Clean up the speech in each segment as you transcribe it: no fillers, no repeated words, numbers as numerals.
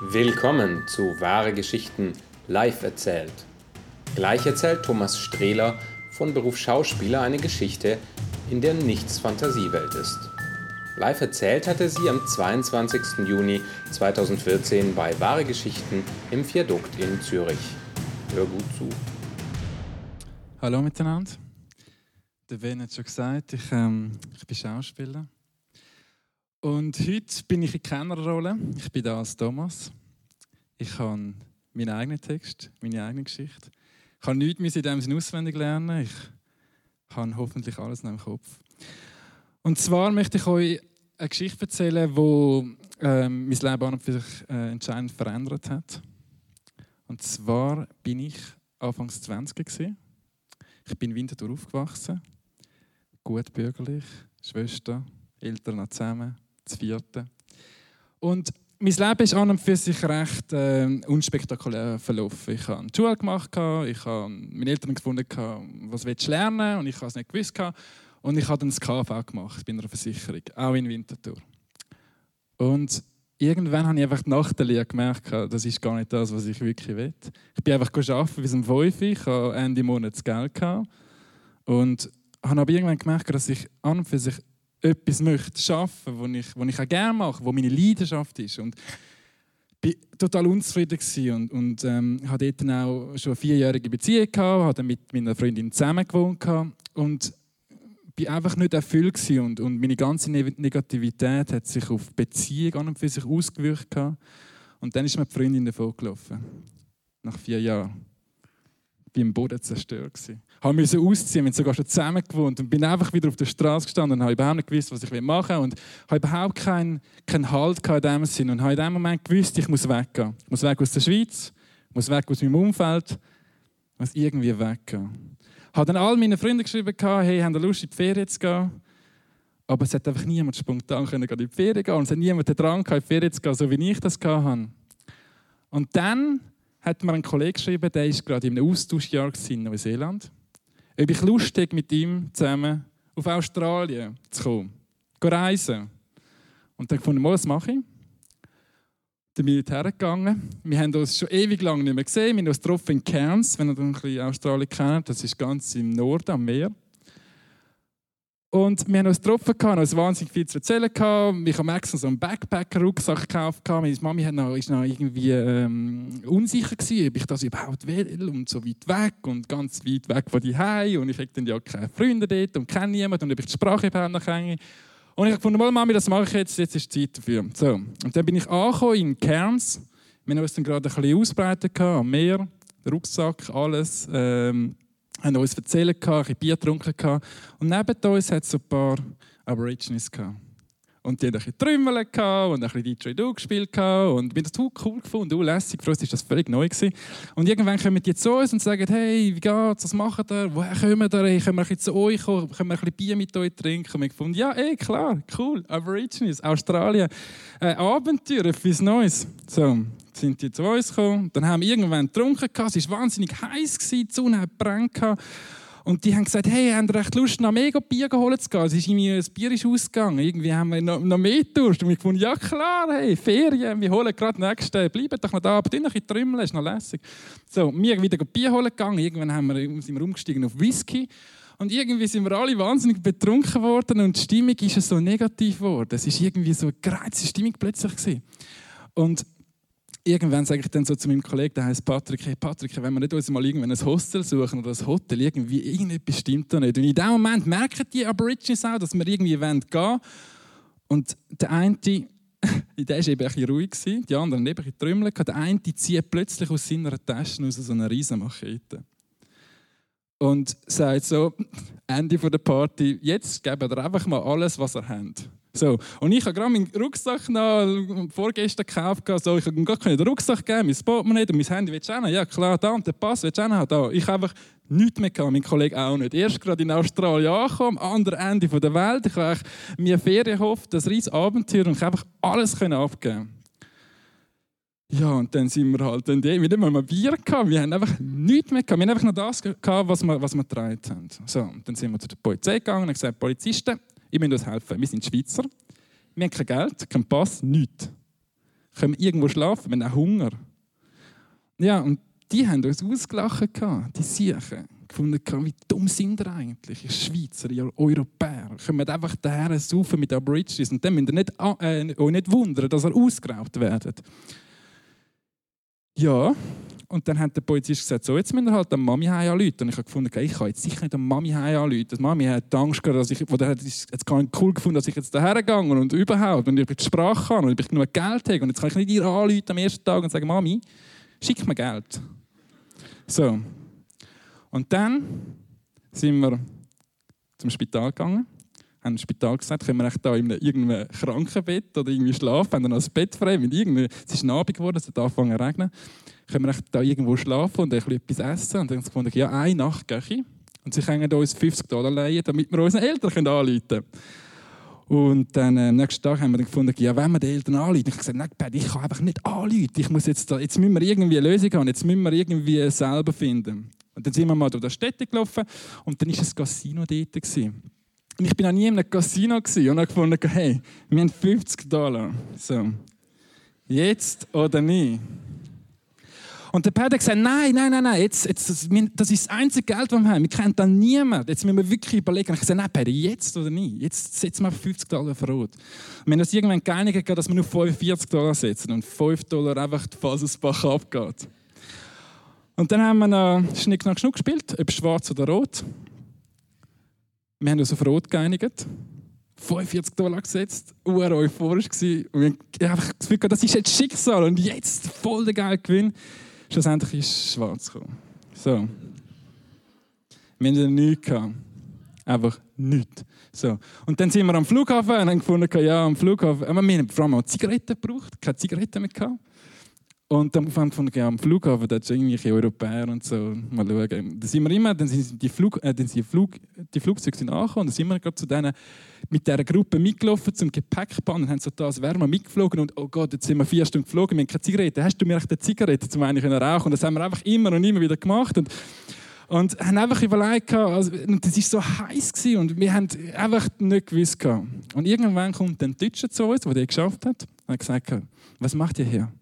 Willkommen zu Wahre Geschichten live erzählt. Gleich erzählt Thomas Strehler, von Beruf Schauspieler, eine Geschichte, in der nichts Fantasiewelt ist. Live erzählt hat er sie am 22. Juni 2014 bei Wahre Geschichten im Viadukt in Zürich. Hör gut zu. Hallo miteinander. Der Ben hat schon gesagt, ich bin Schauspieler. Und heute bin ich in keiner Rolle. Ich bin da als Thomas. Ich habe meinen eigenen Text, meine eigene Geschichte. Ich habe nichts in dem Sinne auswendig lernen. Ich habe hoffentlich alles noch im Kopf. Und zwar möchte ich euch eine Geschichte erzählen, die mein Leben an und für sich entscheidend verändert hat. Und zwar bin ich Anfangs 20 gewesen. Ich bin in Winterthur aufgewachsen. Gut bürgerlich, Schwester, Eltern noch zusammen, das vierte. Und mein Leben ist an und für sich recht unspektakulär verlaufen. Ich habe die Schule gemacht, ich habe meine Eltern gefunden, was willst du lernen, und ich habe es nicht gewusst. Und ich habe dann das KV gemacht bei einer Versicherung, auch in Winterthur. Und irgendwann habe ich einfach nach der Lehre gemerkt, das ist gar nicht das, was ich wirklich will. Ich bin einfach arbeiten bis um 5 Uhr, ich hatte Ende Monat das Geld. Und habe aber irgendwann gemerkt, dass ich an und für sich etwas möchte arbeiten, was ich auch gerne mache, wo meine Leidenschaft ist. Und ich war total unzufrieden und hatte dort auch schon eine 4-jährige Beziehung gehabt, habe dann mit meiner Freundin zusammen gewohnt und war einfach nicht erfüllt gewesen. Und meine ganze Negativität hat sich auf die Beziehung an und für sich ausgewirkt. Und dann ist mir die Freundin davon gelaufen. Nach 4 Jahren. Ich war im Boden zerstört. Ich musste ausziehen, wir haben sogar schon zusammen gewohnt und bin einfach wieder auf der Straße gestanden und habe überhaupt nicht gewusst, was ich machen will. Und habe überhaupt keinen Halt in dem Sinn. Und habe in dem Moment gewusst, ich muss weggehen. Ich muss weg aus der Schweiz, ich muss weg aus meinem Umfeld, ich muss irgendwie weggehen. Ich habe dann all meinen Freunden geschrieben, hey, habt ihr Lust, in die Ferien zu gehen? Aber es hat einfach niemand spontan in die Ferien gehen. Und es hat niemand den Drang, in die Ferien zu gehen, so wie ich das hatte. Und dann hat mir ein Kollege geschrieben, der war gerade in einem Austauschjahr in Neuseeland, ob ich Lust hätte, mit ihm zusammen auf Australien zu kommen, reisen. Und dann gefunden, das mache ich. Dann bin ich hergegangen. Wir haben uns schon ewig lang nicht mehr gesehen. Wir haben uns getroffen in Cairns, wenn ihr ein bisschen Australien kennt. Das ist ganz im Norden am Meer. Und wir haben uns getroffen, haben uns wahnsinnig viel zu erzählen. Ich habe extra so einen Backpacker-Rucksack gekauft. Meine Mami war noch irgendwie unsicher gewesen, ob ich das überhaupt will. Und so weit weg und ganz weit weg von Hause. Und ich hatte dann ja keine Freunde dort und kenne niemanden. Und ob ich die Sprache überhaupt noch kenne. Und ich habe gefunden, Mami, das mache ich jetzt ist die Zeit dafür. So. Und dann bin ich angekommen in Cairns. Wir haben uns dann gerade ein bisschen ausbreitet am Meer, der Rucksack, alles. Haben uns erzählt, ein bisschen Bier getrunken. Und neben uns hat es so ein paar Aborigines gehabt. Und die hatten ein bisschen Trümmel und ein bisschen Didgeridoo gespielt. Und wir haben das cool gefunden, lässig. Für uns war das völlig neu gewesen. Und irgendwann kommen die zu uns und sagen, hey, wie geht's, was macht ihr? Woher kommen ihr? Hey, können wir ein bisschen zu euch kommen? Können wir ein bisschen Bier mit euch trinken? Und wir haben gefunden, ja, klar, cool, Aborigines, Australien. Abenteuer, etwas Neues. So. Sind die zu uns gekommen. Dann haben wir irgendwann getrunken. Es war wahnsinnig heiß, die Sonne hat gebrannt. Und die haben gesagt, hey, habt ihr echt Lust, noch mega Bier holen zu gehen? Das Bier ist ausgegangen. Irgendwie haben wir noch mehr Durst. Und wir gefunden, ja klar, hey, Ferien, wir holen gerade den nächsten. Bleibt doch noch da, aber dann noch ein bisschen trümmeln, ist noch lässig. So, wir wieder Bier holen gegangen. Irgendwann sind wir umgestiegen auf Whisky. Und irgendwie sind wir alle wahnsinnig betrunken worden und die Stimmung ist so negativ geworden. Es war irgendwie so eine gereizte Stimmung plötzlich gewesen. Und irgendwann sage ich dann so zu meinem Kollegen, der heißt Patrick, hey Patrick, wenn wir nicht uns mal irgendwann ein Hostel suchen oder ein Hotel, irgendetwas stimmt da nicht. Und in dem Moment merken die Aborigines auch, dass wir irgendwie gehen wollen. Und der eine, der war eben ein bisschen ruhig, die anderen eben ein bisschen trümmeln. Der eine zieht plötzlich aus seiner Tasche raus so eine riesen Machete. Und sagt so, Ende der Party, jetzt geben wir einfach mal alles, was ihr habt. So. Und ich habe gerade meinen Rucksack noch vorgestern gekauft. So, ich habe ihm gar den Rucksack geben, mein Portemonnaie und mein Handy willst du auch noch? Ja klar, da und den Pass willst du auch noch? Da. Ich habe einfach nichts mehr gehabt, mein Kollege auch nicht. Erst gerade in Australien angekommen, am anderen Ende der Welt. Ich habe mir Ferien gehofft, das riesen Abenteuer, und ich habe einfach alles abgeben. Ja, und dann sind wir halt dann wir hatten mal Bier gehabt, wir haben einfach nichts mehr gehabt. Wir haben einfach noch das gehabt, was wir getragen haben. So, und dann sind wir zu der Polizei gegangen und haben gesagt, Polizisten, ihr müsst uns helfen. Wir sind Schweizer, wir haben kein Geld, keinen Pass, nichts. Können wir irgendwo schlafen? Wir haben auch Hunger. Ja, und die haben uns ausgelacht, die Siechen. Gefunden, wie dumm sind wir eigentlich? Schweizer, Europäer. Können wir einfach daher saufen mit Aborigines und dann müsst ihr nicht wundern, dass ihr ausgeraubt werdet. Ja, und dann hat der Polizist gesagt, so, jetzt müsst ihr halt an Mami anrufen. Und ich habe gefunden, ich kann jetzt sicher nicht an Mami anrufen. Die Mami hat Angst gehabt, dass oder hat es gar nicht cool gefunden, dass ich jetzt daher gehe und überhaupt, und ich die Sprache kann und ich genug Geld habe. Und jetzt kann ich nicht ihr anrufen am ersten Tag und sagen, Mami, schick mir Geld. So. Und dann sind wir zum Spital gegangen, haben im Spital gesagt, können wir da in irgendeinem Krankenbett oder irgendwie schlafen, haben dann noch das Bett frei, es ist ein Abend geworden, es hat angefangen zu regnen, können wir da irgendwo schlafen und etwas essen. Und dann haben sie gefunden, ja, eine Nacht gehe ich. Und sie können uns $50 leihen, damit wir unseren Eltern anrufen können. Und dann am nächsten Tag haben wir dann gefunden, ja, wenn wir den Eltern anrufen, ich habe gesagt, nein, ich kann einfach nicht anrufen, jetzt müssen wir irgendwie eine Lösung haben, jetzt müssen wir irgendwie selber finden. Und dann sind wir mal durch die Städte gelaufen und dann war ein Casino dort. Und ich war noch nie in einem Casino und habe gefunden, hey, wir haben $50. So, jetzt oder nie? Und der Pär hat gesagt, nein, jetzt, das ist das einzige Geld, das wir haben. Wir kennen dann niemanden. Jetzt müssen wir wirklich überlegen. Und ich habe gesagt, nein, Pär, jetzt oder nie? Jetzt setzen wir $50 für Rot. Wir haben uns irgendwann geeinigt, dass wir nur $45 setzen und $5 einfach, falls es Bach abgeht. Und dann haben wir noch Schnick nach Schnuck gespielt, ob schwarz oder rot. Wir haben uns auf Rot geeinigt, $45 gesetzt, euphorisch gewesen. Und wir haben einfach das Gefühl, das ist jetzt Schicksal und jetzt voll der geile Gewinn. Schlussendlich ist schwarz gekommen. So. Wir hatten nichts gehabt. Einfach nichts. So. Und dann sind wir am Flughafen und haben gefunden, ja, am Flughafen. Aber wir haben vor allem auch Zigaretten gebraucht, keine Zigaretten mehr gehabt. Und dann haben wir gefunden, ja, am Flughafen, da sind irgendwelche Europäer und so. Mal schauen. Da sind wir immer, dann sind die Flugzeuge sind angekommen und dann sind wir gerade zu denen mit dieser Gruppe mitgelaufen zum Gepäckband und haben so das wärmer mitgeflogen und oh Gott, jetzt sind wir 4 Stunden geflogen, wir haben keine Zigarette. Hast du mir echt eine Zigarette zum einen rauchen? Und das haben wir einfach immer und immer wieder gemacht. Und haben einfach überlegt, also, und das war so heiß gewesen, und wir haben einfach nicht gewusst. Und irgendwann kommt ein Deutscher zu uns, der das geschafft hat, und hat gesagt, was macht ihr hier?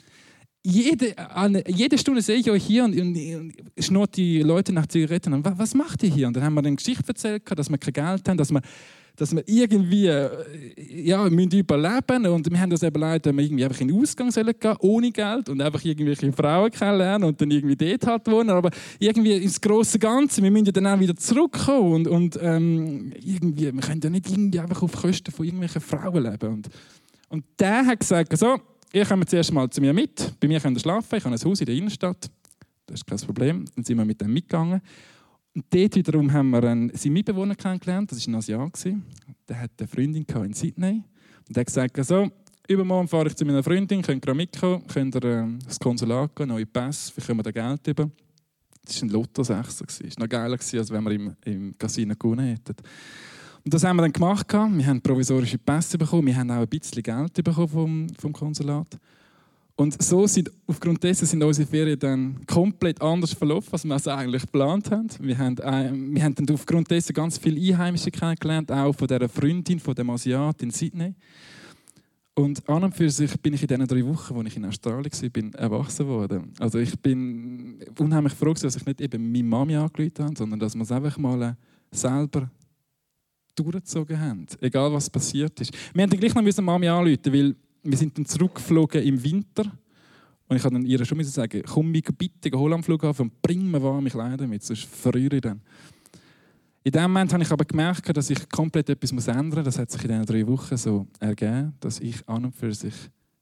Jede Stunde sehe ich euch hier und schnurrt die Leute nach Zigaretten an. Was macht ihr hier? Und dann haben wir eine Geschichte erzählt, dass wir kein Geld haben, dass wir irgendwie ja, müssen überleben müssen. Und wir haben uns überlegt, dass wir irgendwie einfach in den Ausgang gehen sollen, ohne Geld und einfach irgendwelche Frauen kennenlernen und dann irgendwie dort halt wohnen. Aber irgendwie ins grosse Ganze, wir müssen ja dann auch wieder zurückkommen und irgendwie, wir können ja nicht irgendwie einfach auf Kosten von irgendwelchen Frauen leben. Und der hat gesagt, so, ihr kommt zuerst mal zu mir mit, bei mir könnt ihr schlafen, ich habe ein Haus in der Innenstadt, das ist kein Problem. Dann sind wir mit dem mitgegangen. Und dort wiederum haben wir seinen Mitbewohner kennengelernt, das war ein Asiat. Der hatte eine Freundin in Sydney. Und der hat gesagt, so, übermorgen fahre ich zu meiner Freundin, könnt ihr mitkommen, könnt ihr ins Konsulat gehen, neue Pässe, wir kommen da Geld über. Das war ein Lotto-Sechser, das war noch geiler, als wenn wir im Casino gewonnen hätten. Und das haben wir dann gemacht. Wir haben provisorische Pässe bekommen, wir haben auch ein bisschen Geld bekommen vom Konsulat. Und so aufgrund dessen sind unsere Ferien dann komplett anders verlaufen, als wir es eigentlich geplant haben. Wir haben dann aufgrund dessen ganz viele Einheimische kennengelernt, auch von dieser Freundin, von dem Asiat in Sydney. Und an und für sich bin ich in diesen 3 Wochen, als ich in Australien war, erwachsen worden. Also ich bin unheimlich froh, dass ich nicht eben meine Mami angerufen habe, sondern dass wir es einfach mal selber durchgezogen haben. Egal, was passiert ist. Wir mussten dann gleich noch Mami anrufen, weil wir sind dann zurückgeflogen im Winter. Und ich habe dann ihr schon sagen, komm mich bitte hol am Flughafen und bring mir warme Kleider mit, sonst verrühre ich dann. In dem Moment habe ich aber gemerkt, dass ich komplett etwas ändern muss. Das hat sich in diesen 3 Wochen so ergeben, dass ich an und für sich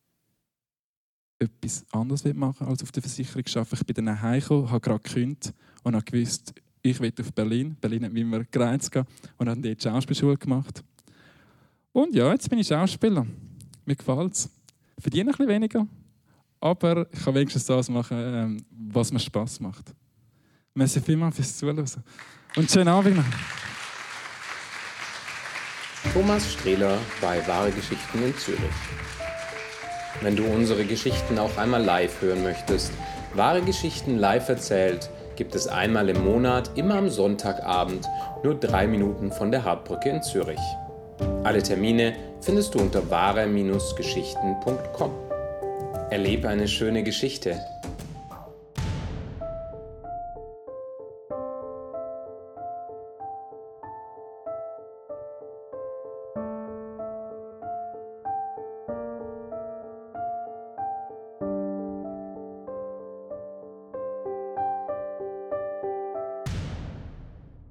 etwas anderes machen will, als auf der Versicherung arbeiten. Ich bin dann heimgekommen, habe gerade gekündigt und habe gewusst, ich will auf Berlin. Berlin hat mich immer gereizt und habe dort Schauspielschule gemacht. Und ja, jetzt bin ich Schauspieler. Mir gefällt es. Ich verdiene ein bisschen weniger, aber ich kann wenigstens das machen, was mir Spass macht. Merci vielmals fürs Zuhören. Und schönen Abend noch. Thomas Strehler bei Wahre Geschichten in Zürich. Wenn du unsere Geschichten auch einmal live hören möchtest, Wahre Geschichten live erzählt, gibt es einmal im Monat, immer am Sonntagabend, nur 3 Minuten von der Hardbrücke in Zürich. Alle Termine findest du unter wahre-geschichten.com. Erlebe eine schöne Geschichte.